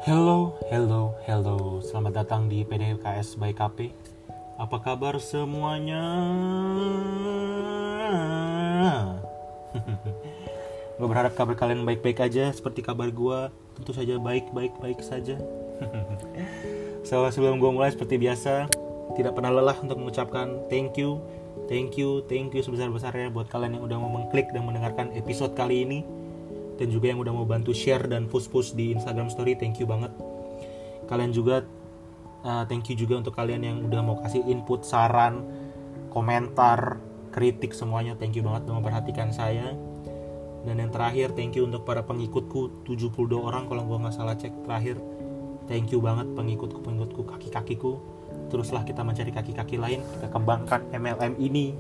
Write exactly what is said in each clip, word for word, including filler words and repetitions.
Hello, hello, hello. Selamat datang di P D K S by K P. Apa kabar semuanya? Gue berharap kabar kalian baik-baik aja seperti kabar gue. Tentu saja baik-baik-baik saja. So, sebelum gue mulai seperti biasa, tidak pernah lelah untuk mengucapkan thank you, thank you, thank you sebesar-besarnya buat kalian yang udah mau mengklik dan mendengarkan episode kali ini. Dan juga yang udah mau bantu share dan push-push di Instagram Story, thank you banget. Kalian juga uh, thank you juga untuk kalian yang udah mau kasih input, saran, komentar, kritik, semuanya thank you banget udah memperhatikan saya. Dan yang terakhir, thank you untuk para pengikutku, tujuh puluh dua orang kalau gue gak salah cek terakhir. Thank you banget pengikutku-pengikutku, kaki-kakiku. Teruslah kita mencari kaki-kaki lain, kita kembangkan M L M ini.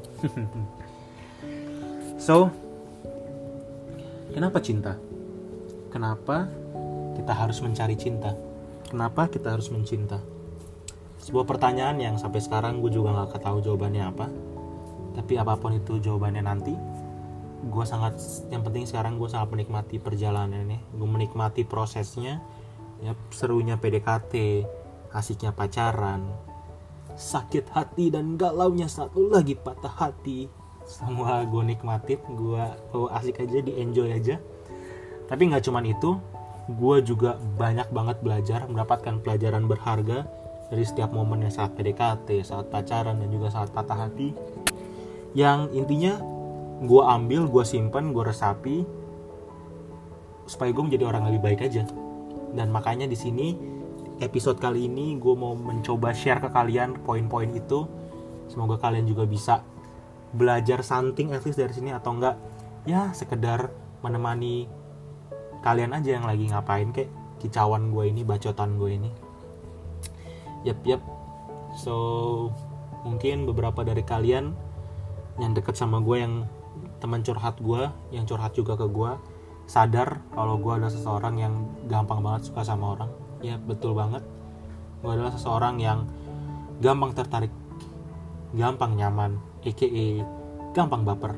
So, kenapa cinta? Kenapa kita harus mencari cinta? Kenapa kita harus mencinta? Sebuah pertanyaan yang sampai sekarang gue juga gak tahu jawabannya apa. Tapi apapun itu jawabannya nanti, gue sangat, yang penting sekarang gue sangat menikmati perjalanannya. Gue menikmati prosesnya, ya, serunya P D K T, asiknya pacaran, sakit hati dan galaunya satu lagi patah hati. Semua gue nikmatin, gue oh, asik aja, di enjoy aja. Tapi nggak cuman itu, gue juga banyak banget belajar, mendapatkan pelajaran berharga dari setiap momennya saat P D K T, saat pacaran, dan juga saat patah hati. Yang intinya gue ambil, gue simpan, gue resapi supaya gue menjadi orang lebih baik aja. Dan makanya di sini episode kali ini gue mau mencoba share ke kalian poin-poin itu. Semoga kalian juga bisa belajar something at least dari sini, atau enggak ya sekedar menemani kalian aja yang lagi ngapain kayak kicauan gue ini, bacotan gue ini. Yap yap. So mungkin beberapa dari kalian yang deket sama gue, yang teman curhat gue, yang curhat juga ke gue, sadar kalau gue adalah seseorang yang gampang banget suka sama orang. Ya betul banget. Gue adalah seseorang yang gampang tertarik, gampang nyaman, aka gampang baper.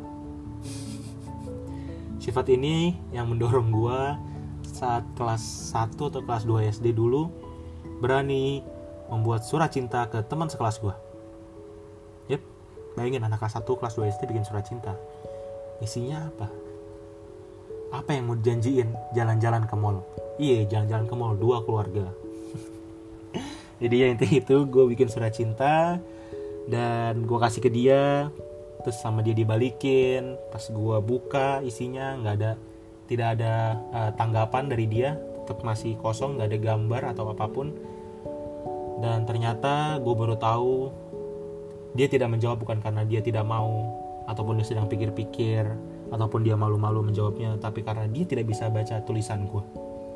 Sifat ini yang mendorong gue saat kelas satu atau kelas dua S D dulu berani membuat surat cinta ke teman sekelas gue. Yep, bayangin anak kelas satu, kelas dua S D bikin surat cinta. Isinya apa? Apa yang mau dijanjiin? Jalan-jalan ke mall. Iya, jalan-jalan ke mall, dua keluarga. Jadi ya intinya itu, gue bikin surat cinta dan gue kasih ke dia, terus sama dia dibalikin. Pas gue buka isinya nggak ada, tidak ada uh, tanggapan dari dia, tetap masih kosong, nggak ada gambar atau apapun. Dan ternyata gue baru tahu dia tidak menjawab bukan karena dia tidak mau ataupun dia sedang pikir-pikir ataupun dia malu-malu menjawabnya, tapi karena dia tidak bisa baca tulisan gue.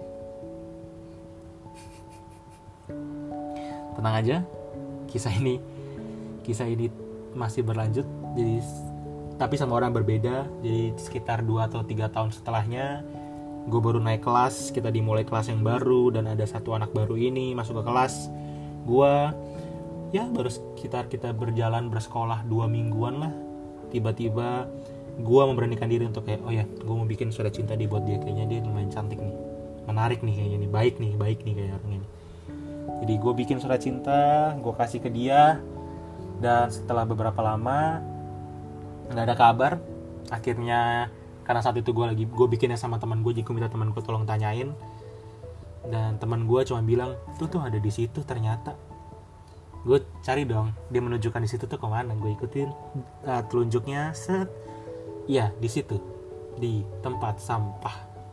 Tenang aja, kisah ini kisah ini masih berlanjut, jadi tapi sama orang berbeda. Jadi sekitar dua atau tiga tahun setelahnya, gue baru naik kelas, kita dimulai kelas yang baru dan ada satu anak baru ini masuk ke kelas gue. Ya baru sekitar kita berjalan bersekolah dua mingguan lah, tiba-tiba gue memberanikan diri untuk kayak, oh ya, gue mau bikin surat cinta dia buat dia. Kayaknya dia lumayan cantik nih, menarik nih kayaknya nih, baik nih, baik nih kayak orang ini. Jadi gue bikin surat cinta, gue kasih ke dia. Dan setelah beberapa lama nggak ada kabar. Akhirnya karena saat itu gue lagi gue bikinnya sama teman gue, jadi gue minta teman gue tolong tanyain. Dan teman gue cuma bilang, tuh tuh ada di situ ternyata. Gue cari dong, dia menunjukkan di situ tuh kemana. Gue ikutin uh, telunjuknya, set, iya di situ, di tempat sampah.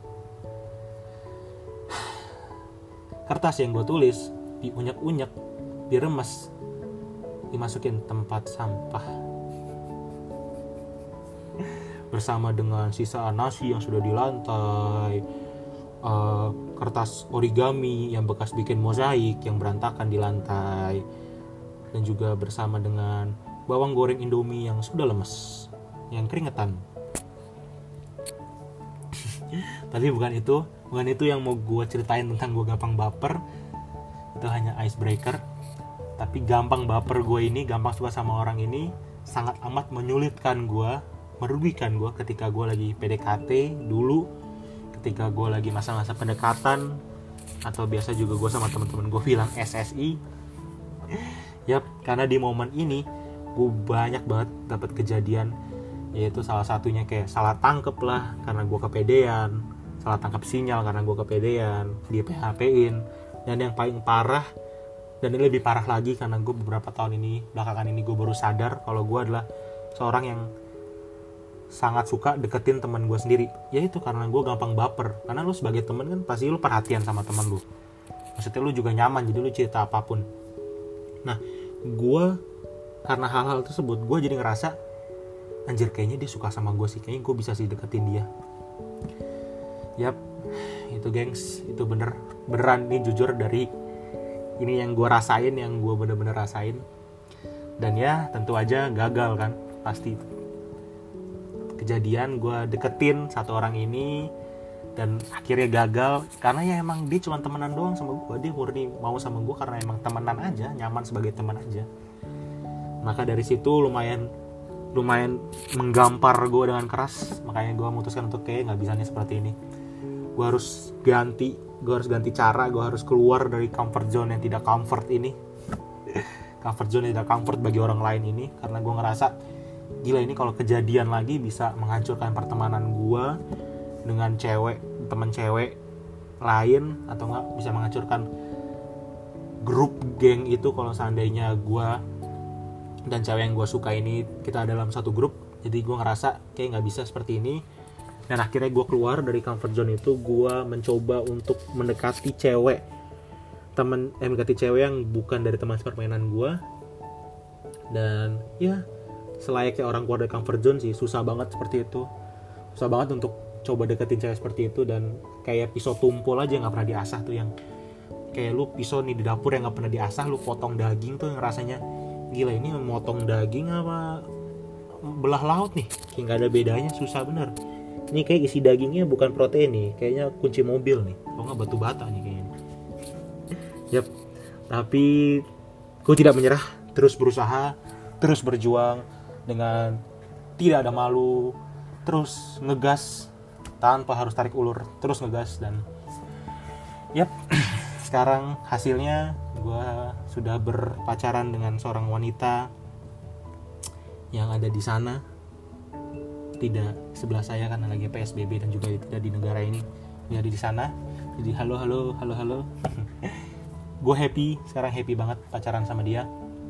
Kertas yang gue tulis diunyak-unyak, diremes, dimasukin tempat sampah bersama dengan sisa nasi yang sudah di lantai, uh, kertas origami yang bekas bikin mozaik yang berantakan di lantai, dan juga bersama dengan bawang goreng Indomie yang sudah lemes, yang keringetan. Tapi bukan itu, bukan itu yang mau gue ceritain tentang gue gampang baper. Itu hanya icebreaker. Tapi gampang baper gue ini, gampang suka sama orang ini, sangat amat menyulitkan gue, merugikan gue ketika gue lagi P D K T dulu, ketika gue lagi masa-masa pendekatan, atau biasa juga gue sama teman-teman gue bilang S S I. Yap, karena di momen ini gue banyak banget dapat kejadian, yaitu salah satunya kayak salah tangkep lah karena gue kepedean, salah tangkap sinyal karena gue kepedean, di P H P-in, dan yang paling parah, dan ini lebih parah lagi karena gue beberapa tahun ini, belakangan ini gue baru sadar kalau gue adalah seorang yang sangat suka deketin teman gue sendiri. Ya itu karena gue gampang baper, karena lu sebagai teman kan pasti lu perhatian sama teman lu, maksudnya lu juga nyaman, jadi lu cerita apapun. Nah, gue karena hal-hal tersebut gue jadi ngerasa anjir kayaknya dia suka sama gue sih, kayaknya gue bisa sih deketin dia. Yap, itu gengs, itu bener beneran nih jujur dari ini yang gue rasain, yang gue bener-bener rasain. Dan ya tentu aja gagal kan, pasti kejadian gue deketin satu orang ini dan akhirnya gagal karena ya emang dia cuma temenan doang sama gue, dia murni mau sama gue karena emang temenan aja, nyaman sebagai teman aja. Maka dari situ lumayan lumayan menggampar gue dengan keras, makanya gue memutuskan untuk kayak nggak bisa nih seperti ini, gue harus ganti gue harus ganti cara, gue harus keluar dari comfort zone yang tidak comfort ini comfort zone yang tidak comfort bagi orang lain ini, karena gue ngerasa gila ini kalau kejadian lagi bisa menghancurkan pertemanan gue dengan cewek, teman cewek lain, atau enggak bisa menghancurkan grup geng itu kalau seandainya gue dan cewek yang gue suka ini kita dalam satu grup. Jadi gue ngerasa kayak nggak bisa seperti ini, dan akhirnya gue keluar dari comfort zone itu. Gue mencoba untuk mendekati cewek teman eh mendekati cewek yang bukan dari teman permainan gue, dan ya selayaknya orang keluar dari comfort zone sih, susah banget seperti itu, susah banget untuk coba deketin cewek seperti itu. Dan kayak pisau tumpul aja nggak pernah diasah tuh, yang kayak lu pisau nih di dapur yang nggak pernah diasah, lu potong daging tuh yang rasanya gila ini memotong daging apa belah laut nih, kayak nggak ada bedanya, susah bener. Ini kayak isi dagingnya bukan protein nih, kayaknya kunci mobil nih, kalau nggak batu bata nih kayaknya. Yap, tapi gue tidak menyerah, terus berusaha, terus berjuang dengan tidak ada malu, terus ngegas tanpa harus tarik ulur, terus ngegas. Dan yap, sekarang hasilnya gue sudah berpacaran dengan seorang wanita yang ada di sana, tidak sebelah saya karena lagi P S B B dan juga tidak di negara ini, dia ada di sana. Jadi halo halo halo halo gue happy sekarang, happy banget pacaran sama dia.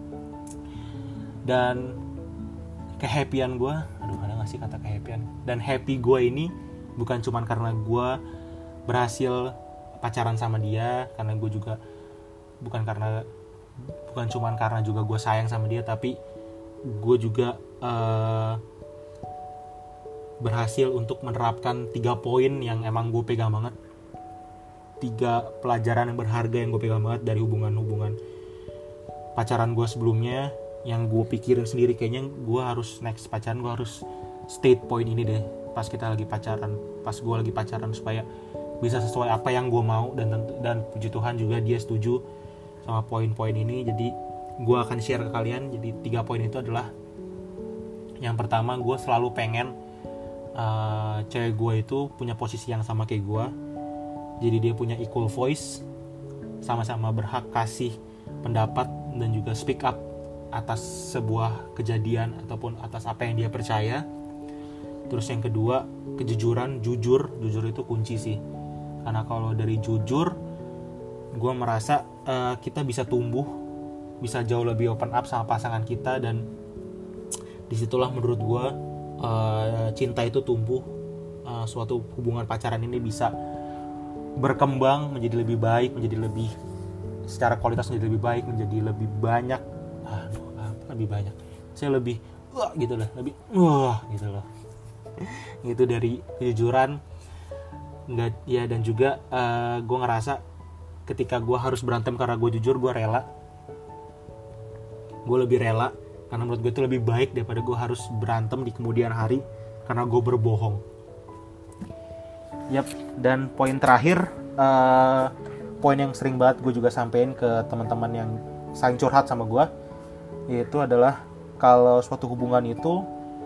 Dan kehappyan gue, aduh ada gak sih kata kehappyan, dan happy gue ini bukan cuma karena gue berhasil pacaran sama dia, karena gue juga bukan karena bukan cuma karena juga gue sayang sama dia, tapi gue juga uh, berhasil untuk menerapkan tiga poin yang emang gue pegang banget, tiga pelajaran yang berharga yang gue pegang banget dari hubungan-hubungan pacaran gue sebelumnya, yang gue pikirin sendiri kayaknya gue harus next pacaran gue harus state point ini deh pas kita lagi pacaran, pas gue lagi pacaran, supaya bisa sesuai apa yang gue mau, dan dan puji Tuhan juga dia setuju sama poin-poin ini. Jadi gue akan share ke kalian. Jadi tiga poin itu adalah, yang pertama, gue selalu pengen uh, cewek gue itu punya posisi yang sama kayak gue, jadi dia punya equal voice, sama-sama berhak kasih pendapat dan juga speak up atas sebuah kejadian ataupun atas apa yang dia percaya. Terus yang kedua, kejujuran, jujur, jujur itu kunci sih. Karena kalau dari jujur, gue merasa uh, kita bisa tumbuh, bisa jauh lebih open up sama pasangan kita, dan disitulah menurut gue uh, cinta itu tumbuh, uh, suatu hubungan pacaran ini bisa berkembang menjadi lebih baik, menjadi lebih secara kualitas menjadi lebih baik, menjadi lebih banyak, aduh, apa lebih banyak, saya lebih wah gitu lah, lebih wah gitu loh. Itu dari kejujuran, nggak ya, dan juga uh, gue ngerasa ketika gue harus berantem karena gue jujur, gue rela, gue lebih rela, karena menurut gue itu lebih baik daripada gue harus berantem di kemudian hari karena gue berbohong. Yap, dan poin terakhir, uh, poin yang sering banget gue juga sampein ke teman-teman yang saling curhat sama gue, yaitu adalah kalau suatu hubungan itu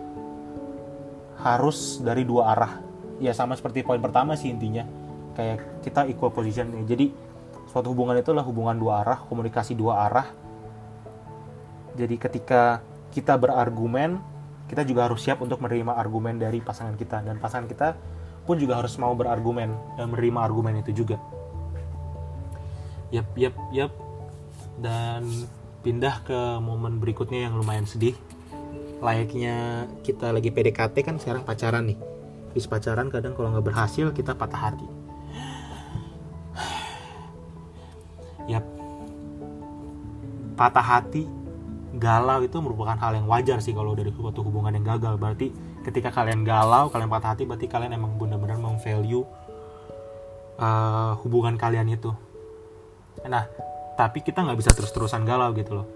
harus dari dua arah. Ya sama seperti poin pertama sih intinya, kayak kita equal position. Jadi suatu hubungan itu adalah hubungan dua arah, komunikasi dua arah. Jadi ketika kita berargumen, kita juga harus siap untuk menerima argumen dari pasangan kita, dan pasangan kita pun juga harus mau berargumen dan menerima argumen itu juga. Yap, yap, yap. Dan pindah ke momen berikutnya yang lumayan sedih. Layaknya kita lagi P D K T kan, sekarang pacaran nih. Habis pacaran kadang kalau nggak berhasil kita patah hati. Yap, patah hati, galau itu merupakan hal yang wajar sih kalau dari suatu hubungan yang gagal. Berarti ketika kalian galau, kalian patah hati, berarti kalian emang benar-benar mem-value uh, hubungan kalian itu. Nah, tapi kita nggak bisa terus-terusan galau gitu loh.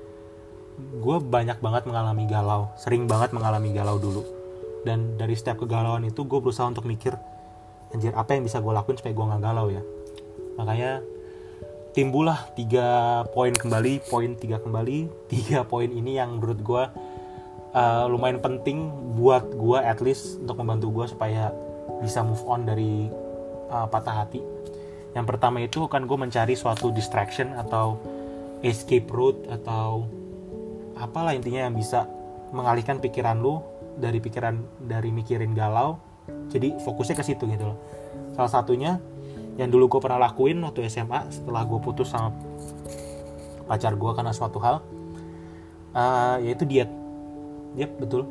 Gue banyak banget mengalami galau, sering banget mengalami galau dulu. Dan dari setiap kegalauan itu gue berusaha untuk mikir, anjir apa yang bisa gue lakuin supaya gue nggak galau ya. Makanya timbullah tiga poin kembali, poin tiga kembali, tiga poin ini yang menurut gue uh, lumayan penting buat gue, at least untuk membantu gue supaya bisa move on dari uh, patah hati. Yang pertama itu kan gue mencari suatu distraction atau escape route atau apalah intinya yang bisa mengalihkan pikiran lu dari pikiran dari mikirin galau, jadi fokusnya ke situ gitu loh. Salah satunya yang dulu gue pernah lakuin waktu S M A setelah gue putus sama pacar gue karena suatu hal, uh, yaitu diet. Yap, betul.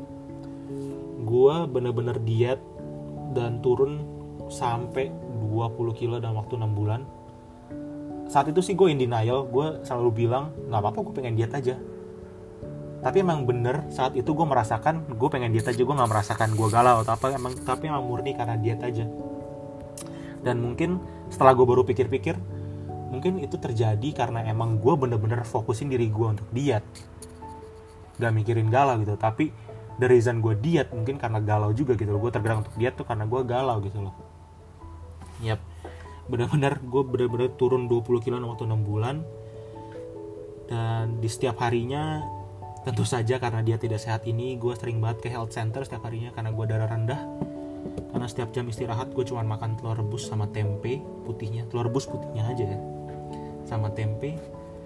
Gue bener-bener diet dan turun sampai dua puluh kilo dalam waktu enam bulan. Saat itu sih gue in denial, gue selalu bilang gak apa-apa, gue pengen diet aja. Tapi emang bener saat itu gue merasakan gue pengen diet aja, gue gak merasakan gue galau atau apa, emang, tapi emang murni karena diet aja. Dan mungkin setelah gue baru pikir-pikir, mungkin itu terjadi karena emang gue bener-bener fokusin diri gue untuk diet, gak mikirin galau gitu. Tapi the reason gue diet mungkin karena galau juga gitu loh. Gue tergerak untuk diet tuh karena gue galau gitu loh. Yap, bener-bener gue bener-bener turun dua puluh kilo dalam waktu enam bulan. Dan di setiap harinya, tentu saja karena dia tidak sehat ini, gue sering banget ke health center setiap harinya karena gue darah rendah. Karena setiap jam istirahat gue cuma makan telur rebus sama tempe putihnya, telur rebus putihnya aja ya, sama tempe.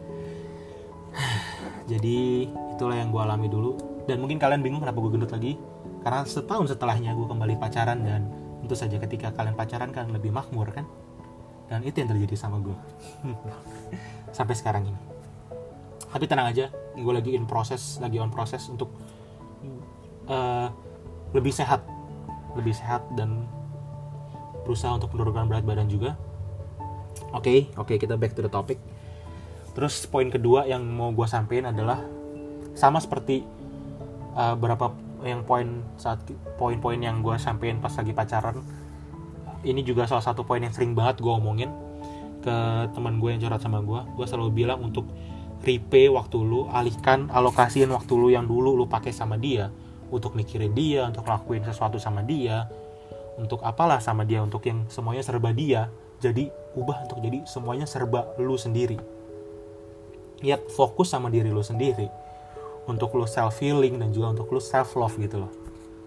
Jadi itulah yang gue alami dulu. Dan mungkin kalian bingung kenapa gue gendut lagi, karena setahun setelahnya gue kembali pacaran. Dan tentu saja ketika kalian pacaran kan lebih makmur kan. Dan itu yang terjadi sama gue sampai sekarang ini. Tapi tenang aja, gue lagi in proses, lagi on proses untuk uh, lebih sehat, lebih sehat dan berusaha untuk menurunkan berat badan juga. Oke, okay, oke okay, kita back to the topic. Terus poin kedua yang mau gue sampein adalah sama seperti uh, berapa yang poin saat poin-poin yang gue sampein pas lagi pacaran. Ini juga salah satu poin yang sering banget gue omongin ke teman gue yang curhat sama gue. Gue selalu bilang untuk repay waktu lu, alihkan, alokasiin waktu lu yang dulu lu pakai sama dia untuk mikirin dia, untuk lakuin sesuatu sama dia, untuk apalah sama dia, untuk yang semuanya serba dia, jadi ubah untuk jadi semuanya serba lu sendiri. Ya, fokus sama diri lu sendiri, untuk lu self healing dan juga untuk lu self love gitu loh.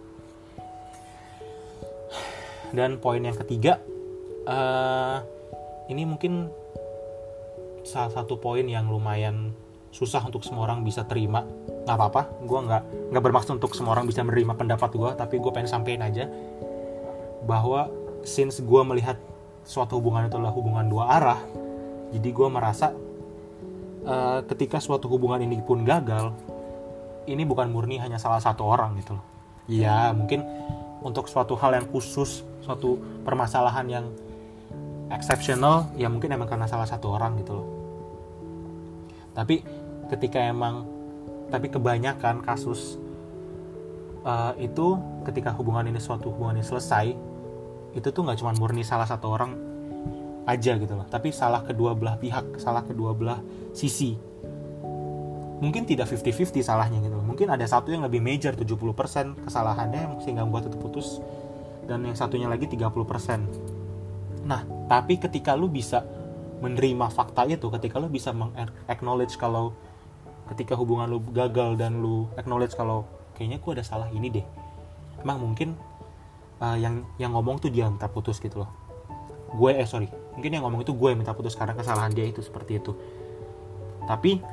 Dan poin yang ketiga, uh, ini mungkin salah satu poin yang lumayan susah untuk semua orang bisa terima. Nggak apa-apa, gue nggak nggak bermaksud untuk semua orang bisa menerima pendapat gue, tapi gue pengen sampein aja bahwa since gue melihat suatu hubungan itu adalah hubungan dua arah, jadi gue merasa uh, ketika suatu hubungan ini pun gagal, ini bukan murni hanya salah satu orang gitu loh. Ya mungkin untuk suatu hal yang khusus, suatu permasalahan yang exceptional, ya mungkin emang karena salah satu orang gitu loh. Tapi ketika emang, tapi kebanyakan kasus uh, itu ketika hubungan ini suatu hubungan ini selesai, itu tuh nggak cuma murni salah satu orang aja gitu loh, tapi salah kedua belah pihak, salah kedua belah sisi. Mungkin tidak fifty fifty salahnya gitu loh. Mungkin ada satu yang lebih major, tujuh puluh persen kesalahannya sehingga membuat itu putus, dan yang satunya lagi tiga puluh persen. Nah, tapi ketika lu bisa menerima fakta itu, ketika lu bisa meng-acknowledge kalau ketika hubungan lu gagal dan lu acknowledge kalau kayaknya gue ada salah ini deh, emang mungkin uh, yang yang ngomong tuh dia minta putus gitu loh. gue eh sorry mungkin yang ngomong itu gue minta putus karena kesalahan dia itu seperti itu. Tapi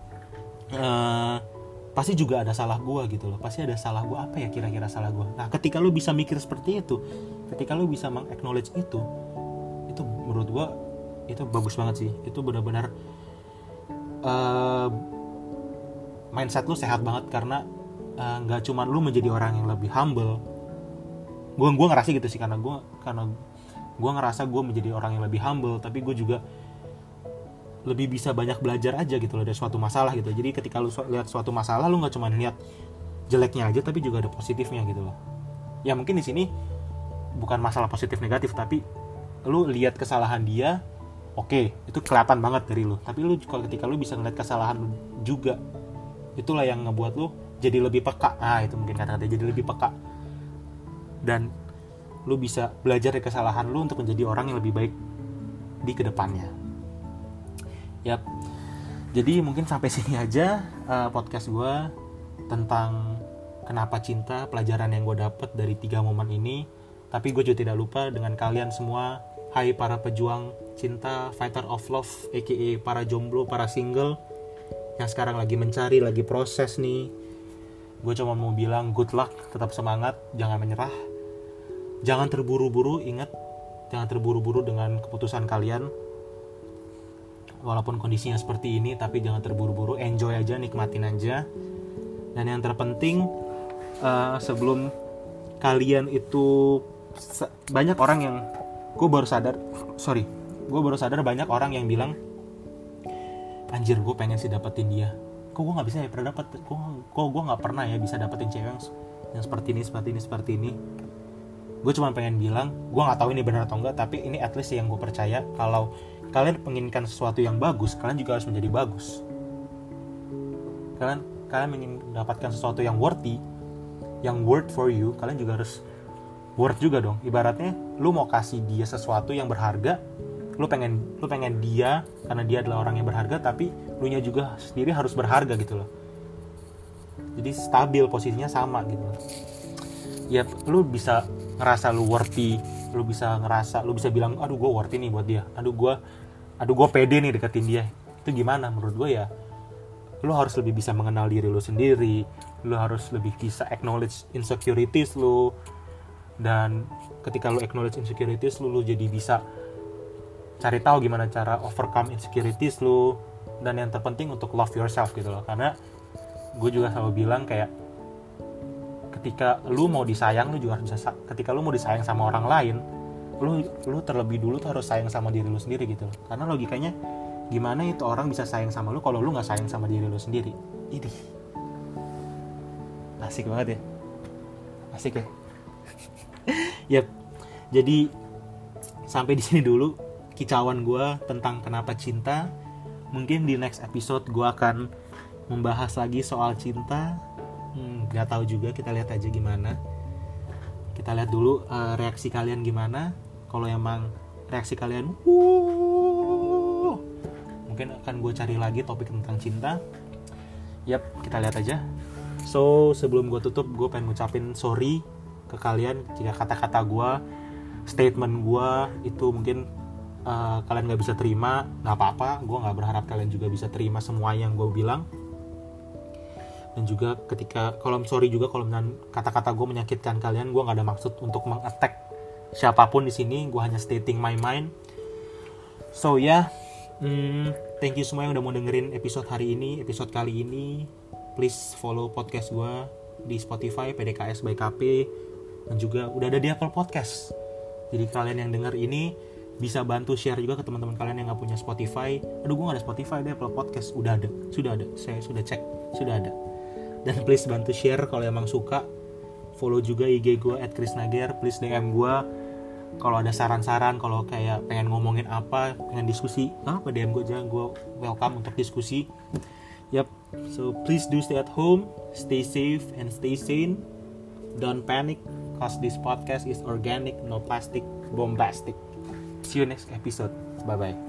uh, pasti juga ada salah gue gitu loh, pasti ada salah gue, apa ya kira-kira salah gue. Nah ketika lu bisa mikir seperti itu, ketika lu bisa meng-acknowledge itu, itu menurut gue itu bagus banget sih. Itu benar-benar uh, mindset lu sehat banget, karena nggak uh, cuman lu menjadi orang yang lebih humble. Gue gue ngerasa gitu sih, karena gue karena gue ngerasa gue menjadi orang yang lebih humble, tapi gue juga lebih bisa banyak belajar aja gitu loh dari suatu masalah gitu. Jadi ketika lu su- lihat suatu masalah, lu nggak cuma lihat jeleknya aja, tapi juga ada positifnya gitu loh. Ya mungkin di sini bukan masalah positif negatif, tapi lu lihat kesalahan dia, oke okay, itu kelihatan banget dari lu. Tapi lu kalau ketika lu bisa ngeliat kesalahan lu juga, itulah yang ngebuat lu jadi lebih peka. Ah itu mungkin kata-kata jadi lebih peka. Dan lu bisa belajar dari kesalahan lu untuk menjadi orang yang lebih baik di kedepannya. Yap, jadi mungkin sampai sini aja uh, podcast gue tentang kenapa cinta, pelajaran yang gue dapet dari tiga momen ini. Tapi gue juga tidak lupa dengan kalian semua, hai para pejuang cinta, fighter of love, aka para jomblo, para single yang sekarang lagi mencari, lagi proses nih. Gue cuma mau bilang good luck, tetap semangat, jangan menyerah, jangan terburu-buru. Ingat, jangan terburu-buru dengan keputusan kalian. Walaupun kondisinya seperti ini, tapi jangan terburu-buru, enjoy aja, nikmatin aja. Dan yang terpenting, uh, sebelum kalian itu se- banyak orang yang gue baru sadar, sorry, gue baru sadar banyak orang yang bilang, anjir gue pengen sih dapetin dia, kok gue nggak bisa ya pernah dapet, kok kok gue nggak pernah ya bisa dapetin cewek yang, yang seperti ini, seperti ini, seperti ini. Gue cuma pengen bilang, gue nggak tahu ini benar atau enggak, tapi ini at least yang gue percaya, kalau kalian menginginkan sesuatu yang bagus, kalian juga harus menjadi bagus. Kalian kalian ingin mendapatkan sesuatu yang worthy, yang worth for you, kalian juga harus worth juga dong. Ibaratnya lu mau kasih dia sesuatu yang berharga, lu pengen lu pengen dia karena dia adalah orang yang berharga, tapi lu nya juga sendiri harus berharga gitu loh. Jadi stabil, posisinya sama gitu loh. Ya lu bisa ngerasa lu worthy, lu bisa ngerasa, lu bisa bilang, aduh gue worthy nih buat dia, aduh gue aduh gue pede nih deketin dia. Itu gimana? Menurut gue ya, lu harus lebih bisa mengenal diri lu sendiri, lu harus lebih bisa acknowledge insecurities lu, dan ketika lu acknowledge insecurities lu, lu jadi bisa cari tahu gimana cara overcome insecurities lu, dan yang terpenting untuk love yourself gitu loh. Karena gue juga selalu bilang kayak, ketika lu mau disayang, lu juga harus bisa, ketika lu mau disayang sama orang lain, lu lu terlebih dulu tuh harus sayang sama diri lu sendiri gitu. Karena logikanya gimana itu orang bisa sayang sama lu kalau lu nggak sayang sama diri lu sendiri? Idih, asik banget ya, asik ya. Yep. Jadi sampai di sini dulu kicauan gue tentang kenapa cinta. Mungkin di next episode gue akan membahas lagi soal cinta. Hmm, gak tahu juga, kita lihat aja gimana. Kita lihat dulu uh, reaksi kalian gimana. Kalau emang reaksi kalian, wuh, mungkin akan gue cari lagi topik tentang cinta. Yap, kita lihat aja. So, sebelum gue tutup, gue pengen ngucapin sorry ke kalian jika kata-kata gue, statement gue itu mungkin uh, kalian gak bisa terima. Gak apa-apa, gue gak berharap kalian juga bisa terima semua yang gue bilang. Dan juga ketika, kalau sorry juga kalau kata-kata gue menyakitkan kalian, gue gak ada maksud untuk meng-attack siapapun di sini, gue hanya stating my mind. So ya, yeah, hmm, thank you semua yang udah mau dengerin episode hari ini, episode kali ini. Please follow podcast gue di Spotify, P D K S by K P, dan juga udah ada di Apple Podcast. Jadi kalian yang denger ini bisa bantu share juga ke teman-teman kalian yang nggak punya Spotify. Aduh, gue nggak ada Spotify deh, Apple Podcast udah ada, sudah ada, saya sudah cek, sudah ada. Dan please bantu share kalau emang suka. Follow juga I G gue at krisnager, please D M gue kalau ada saran-saran, kalau kayak pengen ngomongin apa, pengen diskusi, apa D M gue aja, gue welcome untuk diskusi. Yep, so please do stay at home, stay safe and stay sane. Don't panic, cause this podcast is organic, no plastic, bombastic. See you next episode. Bye bye.